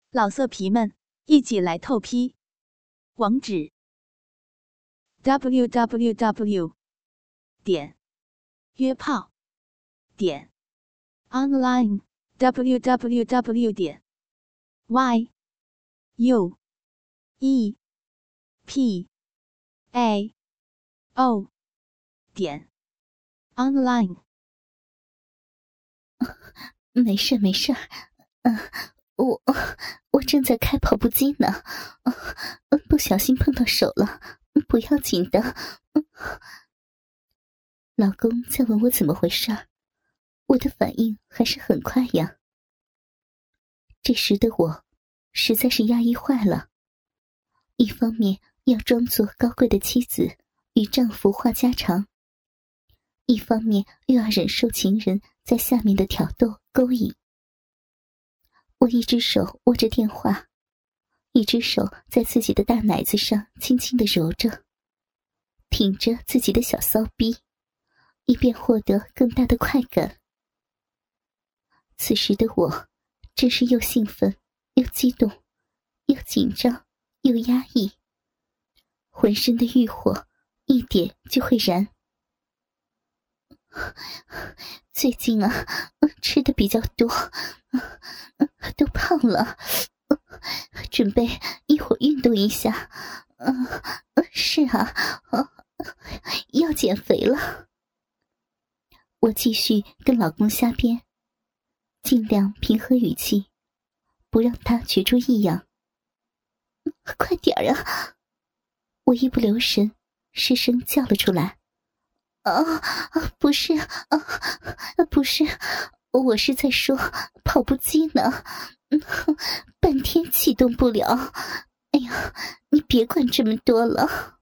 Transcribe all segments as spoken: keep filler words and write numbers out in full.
老色皮们，一起来透批！网址 ：double u double u double u 点约炮点 online double u double u double u 点 y u e p a o 点 online。 没事没事，嗯、呃，我我正在开跑步机呢，呃，不小心碰到手了，不要紧的。呃、老公在问我怎么回事，我的反应还是很快呀。这时的我实在是压抑坏了，一方面要装作高贵的妻子与丈夫话家常，一方面又要忍受情人在下面的挑逗勾引。我一只手握着电话，一只手在自己的大奶子上轻轻地揉着，挺着自己的小骚逼，以便获得更大的快感。此时的我真是又兴奋又激动又紧张又压抑，浑身的欲火一点就会燃。最近啊，吃的比较多，都胖了，准备一会儿运动一下。是啊，要减肥了。我继续跟老公瞎编，尽量平和语气，不让他觉出异样。快点儿啊！我一不留神，失声叫了出来。啊，不是啊，不是，我是在说跑步机呢，半天启动不了。哎呀，你别管这么多了。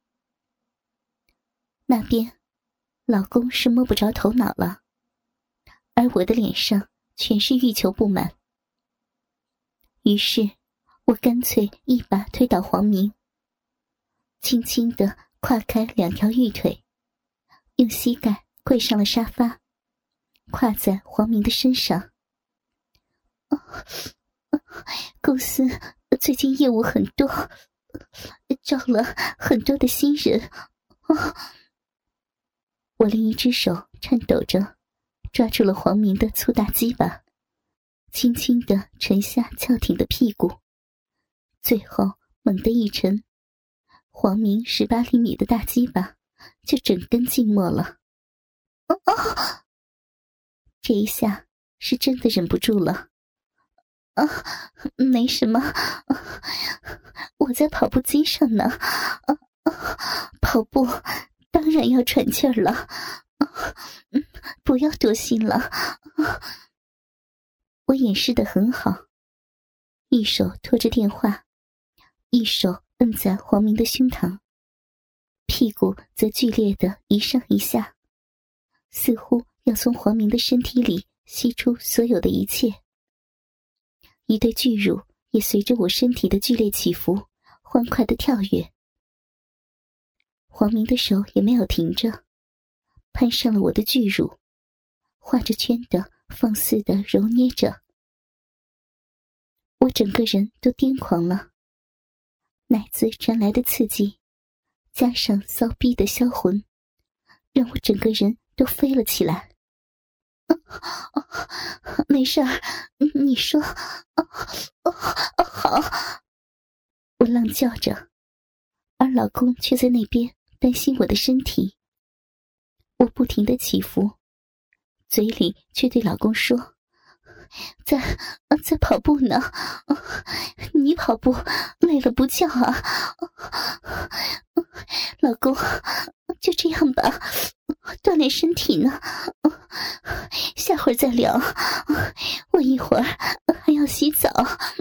那边，老公是摸不着头脑了，而我的脸上全是欲求不满。于是，我干脆一把推倒黄明，轻轻地跨开两条玉腿，用膝盖跪上了沙发，跨在黄明的身上。哦，公司最近业务很多，招了很多的新人。哦，我另一只手颤抖着抓住了黄明的粗大鸡巴，轻轻地沉下翘挺的屁股，最后猛地一沉，黄明十八厘米的大鸡巴就整根静默了。哦哦，这一下是真的忍不住了。啊，没什么，我在跑步机上呢。啊啊，跑步当然要喘气儿了。啊，不要多心了。啊，我掩饰得很好，一手托着电话，一手摁在黄明的胸膛，屁股则剧烈地一上一下，似乎要从黄明的身体里吸出所有的一切。一对巨乳也随着我身体的剧烈起伏欢快地跳跃。黄明的手也没有停着，攀上了我的巨乳，画着圈的放肆地揉捏着。我整个人都癫狂了，奶子传来的刺激加上骚逼的销魂，让我整个人都飞了起来。没事儿，你说。哦哦哦，好。我浪叫着，而老公却在那边担心我的身体。我不停地起伏，嘴里却对老公说：在在跑步呢，你跑步累了不叫啊。老公，就这样吧，锻炼身体呢，下会儿再聊，我一会儿还要洗澡。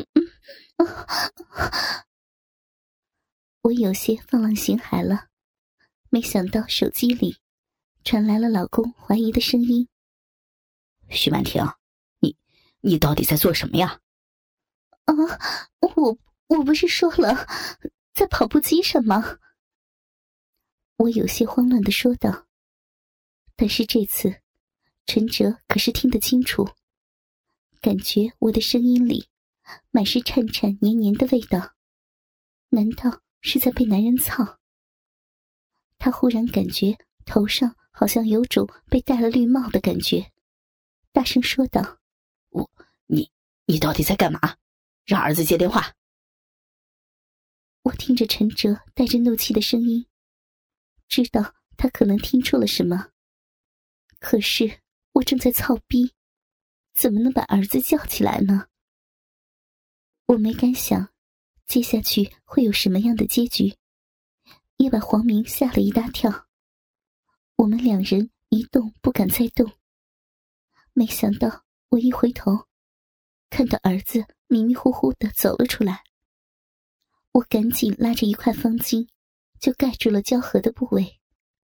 我有些放浪形骸了，没想到手机里传来了老公怀疑的声音： 徐曼婷，你你到底在做什么呀？ 啊，我我不是说了在跑步机上吗？我有些慌乱地说道，但是这次陈哲可是听得清楚，感觉我的声音里满是颤颤黏黏的味道，难道是在被男人操？他忽然感觉头上好像有种被戴了绿帽的感觉，大声说道： 我你你到底在干嘛？让儿子接电话。 我听着陈哲带着怒气的声音，知道他可能听出了什么，可是我正在操逼，怎么能把儿子叫起来呢？我没敢想接下去会有什么样的结局，也把黄明吓了一大跳。我们两人一动不敢再动，没想到我一回头，看到儿子迷迷糊糊地走了出来。我赶紧拉着一块方巾，就盖住了交合的部位。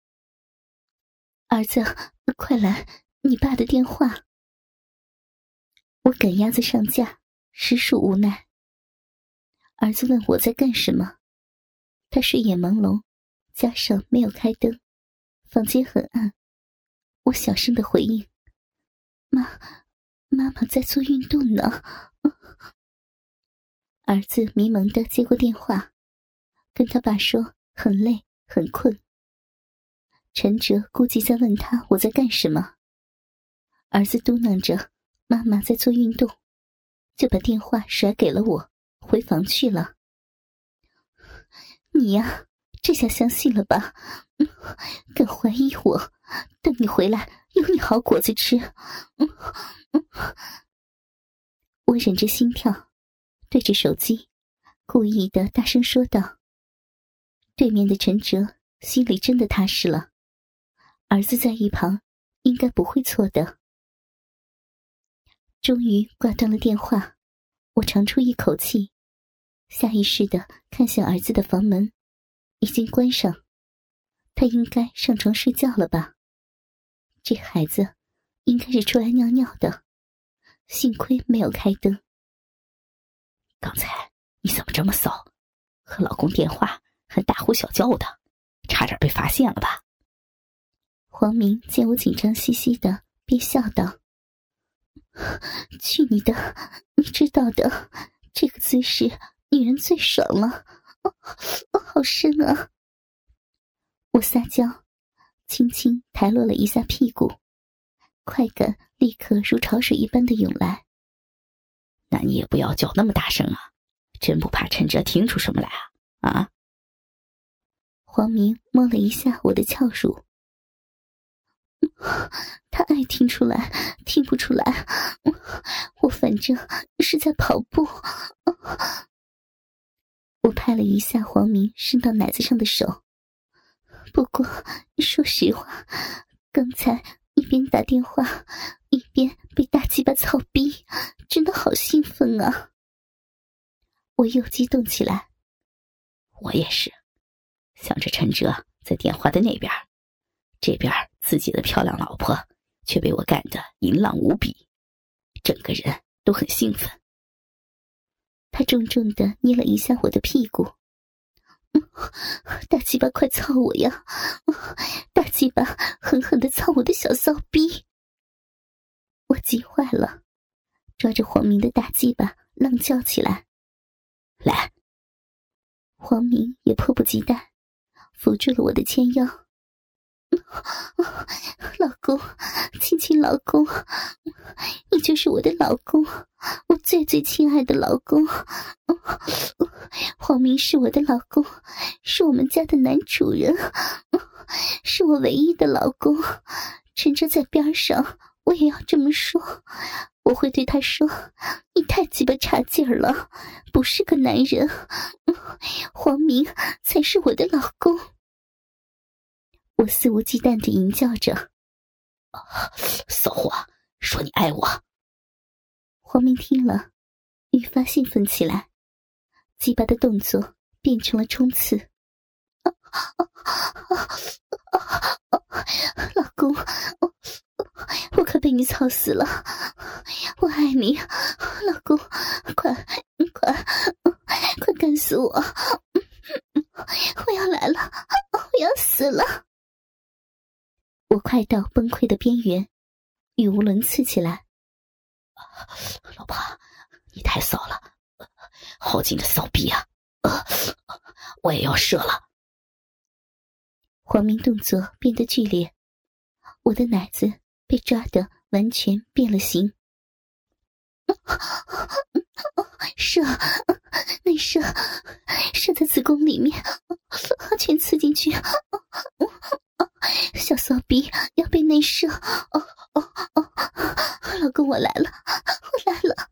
儿子，快来，你爸的电话。我赶鸭子上架，实属无奈。儿子问我在干什么，他睡眼朦胧，加上没有开灯，房间很暗。我小声的回应：妈，妈妈在做运动呢。儿子迷蒙地接过电话，跟他爸说很累很困。陈哲估计在问他我在干什么，儿子嘟囔着妈妈在做运动，就把电话甩给了我，回房去了。你呀，这下相信了吧？敢怀疑我，等你回来有你好果子吃。我忍着心跳，对着手机故意的大声说道。对面的陈哲心里真的踏实了，儿子在一旁应该不会错的。终于挂断了电话，我长出一口气，下意识地看向儿子的房门，已经关上，他应该上床睡觉了吧？这孩子应该是出来尿尿的，幸亏没有开灯。 刚才你怎么这么骚？和老公电话还大呼小叫的，差点被发现了吧？ 黄明见我紧张兮兮的，便笑道：去你的，你知道的，这个姿势女人最爽了。哦哦，好深啊。我撒娇，轻轻抬落了一下屁股，快感立刻如潮水一般的涌来。 那你也不要叫那么大声啊，真不怕陈哲听出什么来啊？啊？ 黄明摸了一下我的翘乳，他爱听出来听不出来，我反正是在跑步。我拍了一下黄明伸到奶子上的手，不过说实话，刚才一边打电话一边被大鸡巴操逼，真的好兴奋啊。我又激动起来。 我也是，想着陈哲在电话的那边，这边自己的漂亮老婆却被我干得淫浪无比，整个人都很兴奋。 他重重地捏了一下我的屁股，大鸡巴快操我呀，大鸡巴狠狠地操我的小骚逼。我急坏了，抓着黄明的大鸡巴浪叫起来。 来。 黄明也迫不及待扶住了我的纤腰。老公，亲亲老公，你就是我的老公，我最最亲爱的老公。黄明是我的老公，是我们家的男主人，是我唯一的老公。陈哲在边上，我也要这么说，我会对他说，你太鸡巴差劲儿了，不是个男人，黄明才是我的老公。我肆无忌惮地淫叫着， 骚货，说你爱我。 黄明听了愈发兴奋起来，鸡巴的动作变成了冲刺。啊啊啊啊、老公，我可被你操死了，我爱你，老公，快快快干死我，我要来了，我要死了。我快到崩溃的边缘，语无伦次起来。 老婆，你太骚了， 好紧的骚逼啊！呃，我也要射了。 黄明动作变得剧烈，我的奶子被抓得完全变了形。射，内射，射在子宫里面，全刺进去。小骚逼要被内射。哦哦哦，老公，我来了，我来了。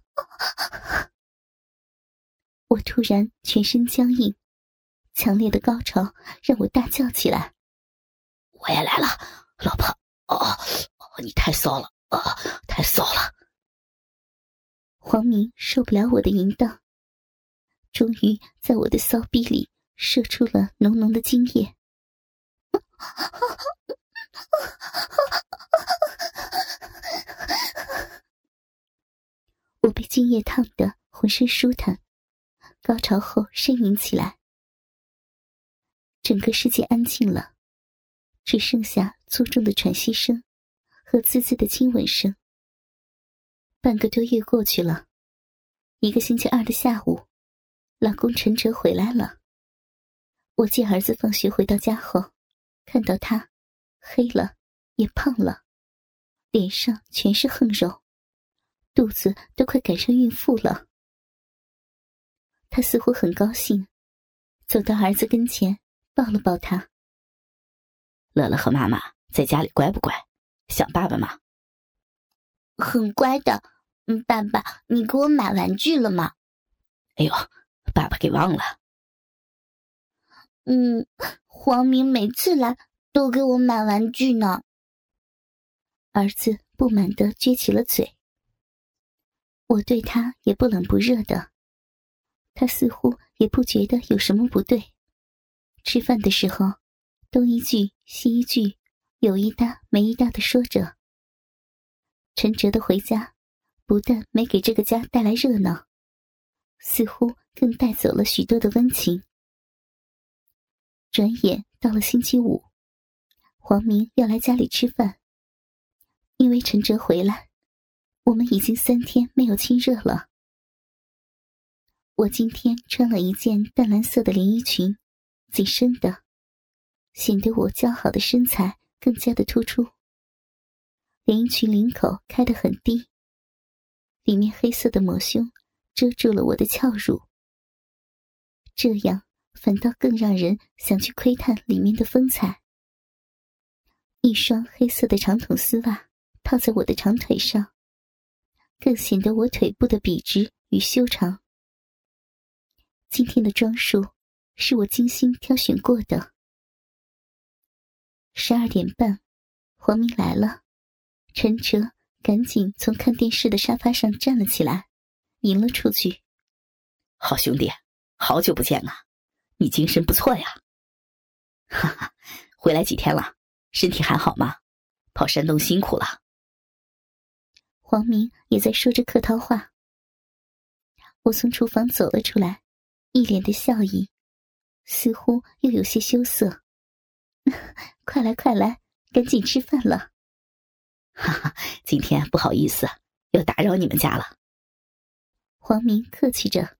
我突然全身僵硬，强烈的高潮让我大叫起来。 我也来了，老婆。哦哦，你太骚了，哦，太骚了。 黄明受不了我的淫荡，终于在我的骚逼里射出了浓浓的精液。我被精液烫得浑身舒坦，高潮后呻吟起来。整个世界安静了，只剩下粗重的喘息声和滋滋的亲吻声。半个多月过去了，一个星期二的下午，老公陈哲回来了。我接儿子放学回到家后，看到他黑了，也胖了，脸上全是横肉，肚子都快赶上孕妇了。他似乎很高兴，走到儿子跟前，抱了抱他。 乐乐和妈妈在家里乖不乖？想爸爸吗？ 很乖的。嗯，爸爸，你给我买玩具了吗？ 哎呦，爸爸给忘了。 嗯，黄明每次来都给我买玩具呢。 儿子不满地撅起了嘴。我对他也不冷不热的，他似乎也不觉得有什么不对。吃饭的时候，东一句西一句，有一搭没一搭地说着。陈哲的回家不但没给这个家带来热闹，似乎更带走了许多的温情。转眼到了星期五，黄明要来家里吃饭。因为陈哲回来，我们已经三天没有亲热了。我今天穿了一件淡蓝色的连衣裙，紧身的，显得我姣好的身材更加的突出。连衣裙领口开得很低，里面黑色的抹胸遮住了我的翘乳，这样反倒更让人想去窥探里面的风采。一双黑色的长筒丝袜套在我的长腿上，更显得我腿部的笔直与修长。今天的装束是我精心挑选过的。十二点半，黄明来了，陈哲赶紧从看电视的沙发上站了起来，迎了出去。 好兄弟，好久不见啊，你精神不错呀。哈哈，回来几天了，身体还好吗？跑山东辛苦了。 黄明也在说着客套话。我从厨房走了出来，一脸的笑意，似乎又有些羞涩。快来快来，赶紧吃饭了。 哈哈，今天不好意思，又打扰你们家了。 黄明客气着。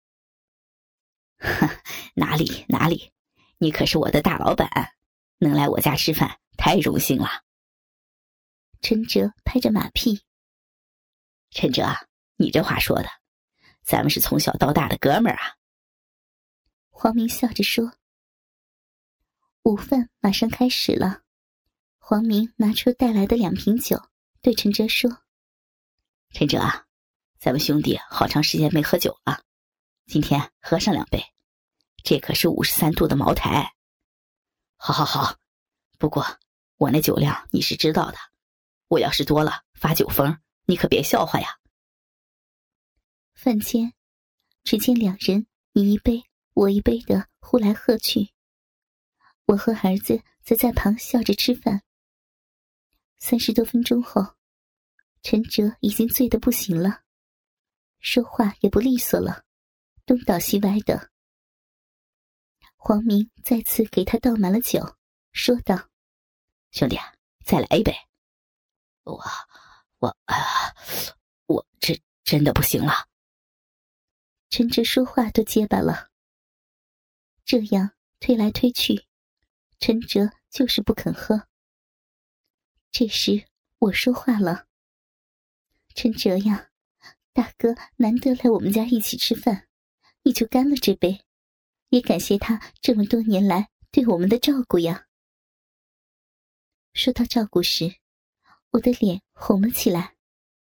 哈，哪里哪里，你可是我的大老板，能来我家吃饭太荣幸了。 陈哲拍着马屁。 陈哲，你这话说的，咱们是从小到大的哥们儿啊。 黄明笑着说。午饭马上开始了，黄明拿出带来的两瓶酒，对陈哲说： 陈哲啊，咱们兄弟好长时间没喝酒了，今天喝上两杯，这可是五十三度的茅台。好好好，不过我那酒量你是知道的，我要是多了发酒疯，你可别笑话呀。 饭间，只见两人你一杯我一杯的呼来喝去，我和儿子则在旁笑着吃饭。三十多分钟后，陈哲已经醉得不行了，说话也不利索了，东倒西歪的。黄明再次给他倒满了酒，说道： 兄弟，再来一杯。我我啊，我这真的不行了。 陈哲说话都结巴了。这样推来推去，陈哲就是不肯喝。这时我说话了：陈哲呀，大哥难得来我们家一起吃饭，你就干了这杯，也感谢他这么多年来对我们的照顾呀。说到照顾时，我的脸红了起来。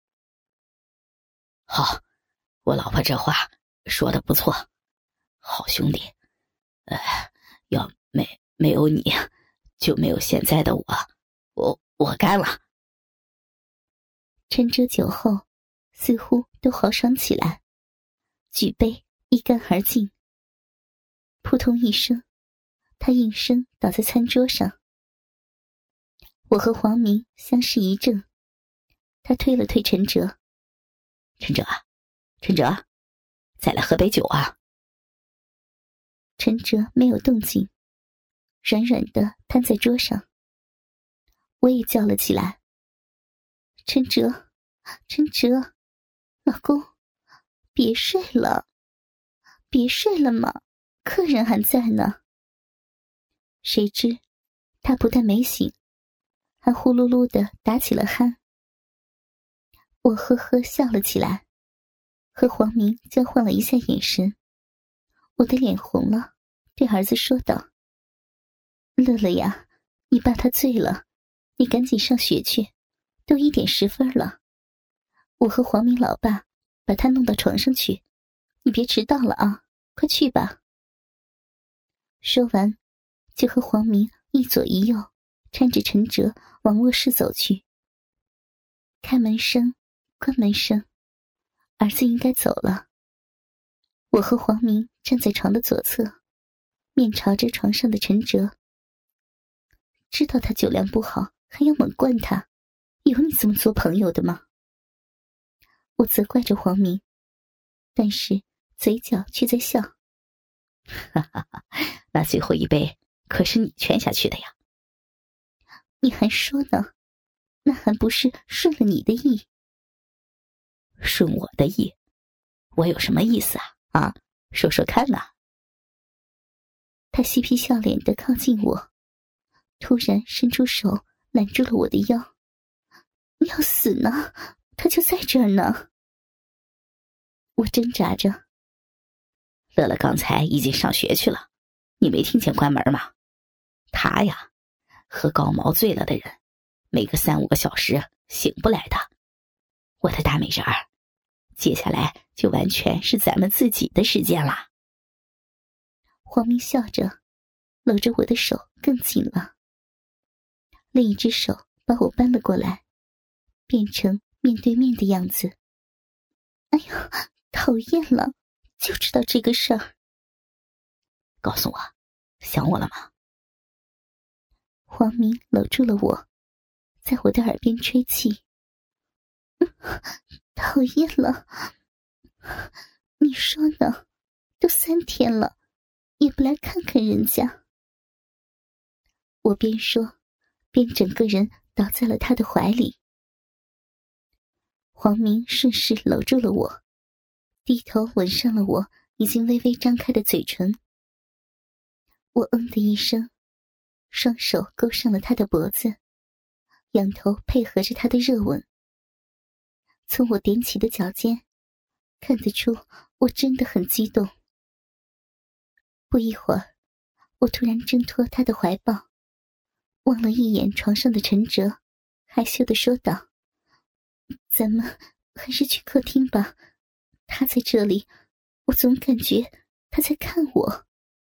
好，我老婆这话说的不错，好兄弟，呃，要没没有你，就没有现在的我，我我干了。 陈哲酒后似乎都豪爽起来，举杯一干而尽。扑通一声，他应声倒在餐桌上。我和黄明相视一怔，他推了推陈哲： 陈哲啊，陈哲，再来喝杯酒啊。 陈哲没有动静，软软的瘫在桌上。我也叫了起来：陈哲，陈哲，老公，别睡了，别睡了嘛，客人还在呢。谁知他不但没醒，还呼噜噜的打起了鼾。我呵呵笑了起来，和黄明交换了一下眼神。我的脸红了，对儿子说道：乐乐呀，你爸他醉了，你赶紧上学去，都一点十分了。我和黄明老爸把他弄到床上去，你别迟到了啊，快去吧。说完，就和黄明一左一右搀着陈哲往卧室走去。开门声，关门声，儿子应该走了。我和黄明站在床的左侧，面朝着床上的陈哲。知道他酒量不好，还要猛灌他，有你这么做朋友的吗？我责怪着黄明，但是嘴角却在笑。 哈哈哈，那最后一杯可是你劝下去的呀。 你还说呢，那还不是顺了你的意。 顺我的意？我有什么意思啊？啊，说说看呐。 他嬉皮笑脸地靠近我，突然伸出手揽住了我的腰。要死呢，他就在这儿呢。我挣扎着。 乐乐刚才已经上学去了，你没听见关门吗？他呀，喝高毛醉了的人，每个三五个小时醒不来的。我的大美人儿，接下来就完全是咱们自己的时间了。 黄明笑着，搂着我的手更紧了，另一只手把我扳了过来，变成面对面的样子。哎呀，讨厌了，就知道这个事儿。 告诉我，想我了吗？ 黄明搂住了我，在我的耳边吹气。讨厌了，你说呢？都三天了，也不来看看人家。我边说边整个人倒在了他的怀里。黄明顺势搂住了我，低头吻上了我已经微微张开的嘴唇。我嗯的一声，双手勾上了他的脖子，仰头配合着他的热吻。从我踮起的脚尖看得出我真的很激动。不一会儿，我突然挣脱他的怀抱，望了一眼床上的陈哲，害羞地说道：咱们还是去客厅吧，他在这里，我总感觉他在看我。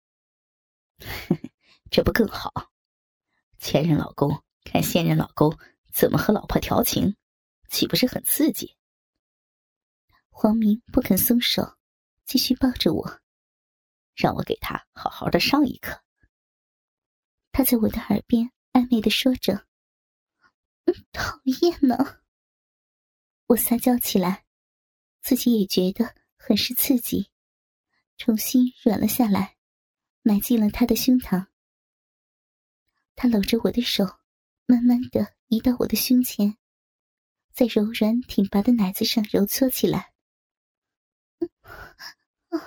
这不更好？前任老公看现任老公怎么和老婆调情，岂不是很刺激？ 黄明不肯松手，继续抱着我， 让我给他好好的上一课。 他在我的耳边暧昧地说着：嗯，讨厌呢。我撒娇起来，自己也觉得很是刺激，重新软了下来，埋进了他的胸膛。他搂着我的手，慢慢地移到我的胸前，在柔软挺拔的奶子上揉搓起来。啊，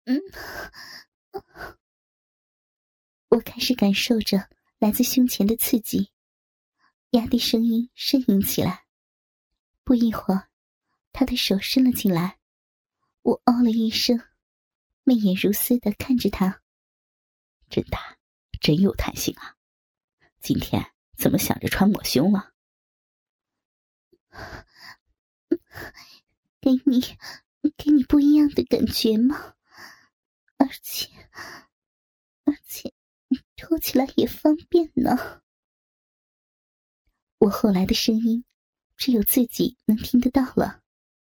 嗯，我开始感受着来自胸前的刺激，压低声音呻吟起来。不一会儿，他的手伸了进来，我哦了一声，媚眼如丝地看着他。 真大，真有弹性啊！今天怎么想着穿抹胸了？ 给你给你不一样的感觉吗？而且而且脱起来也方便呢。我后来的声音只有自己能听得到了。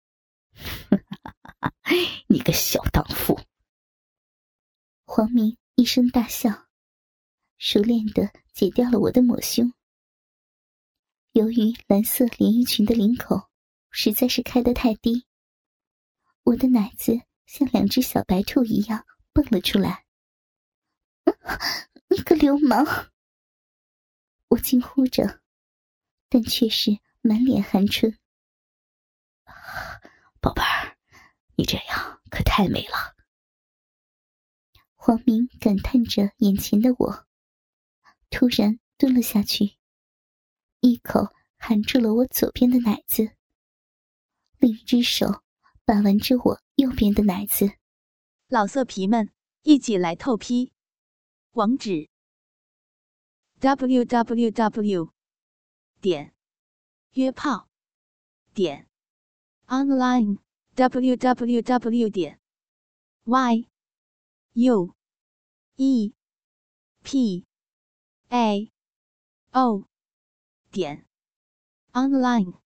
你个小荡妇！ 黄明一声大笑，熟练地解掉了我的抹胸。由于蓝色连衣裙的领口实在是开得太低，我的奶子像两只小白兔一样蹦了出来。你个流氓！我惊呼着，但却是满脸含春。 宝贝儿，你这样可太美了。 黄明感叹着眼前的我，突然蹲了下去，一口含住了我左边的奶子，另一只手把玩着我右边的奶子。 老色皮们，一起来透批！网址 ：double-u double-u double-u 点约炮点 online double-u double-u double-u 点 y u e p a o 点 online。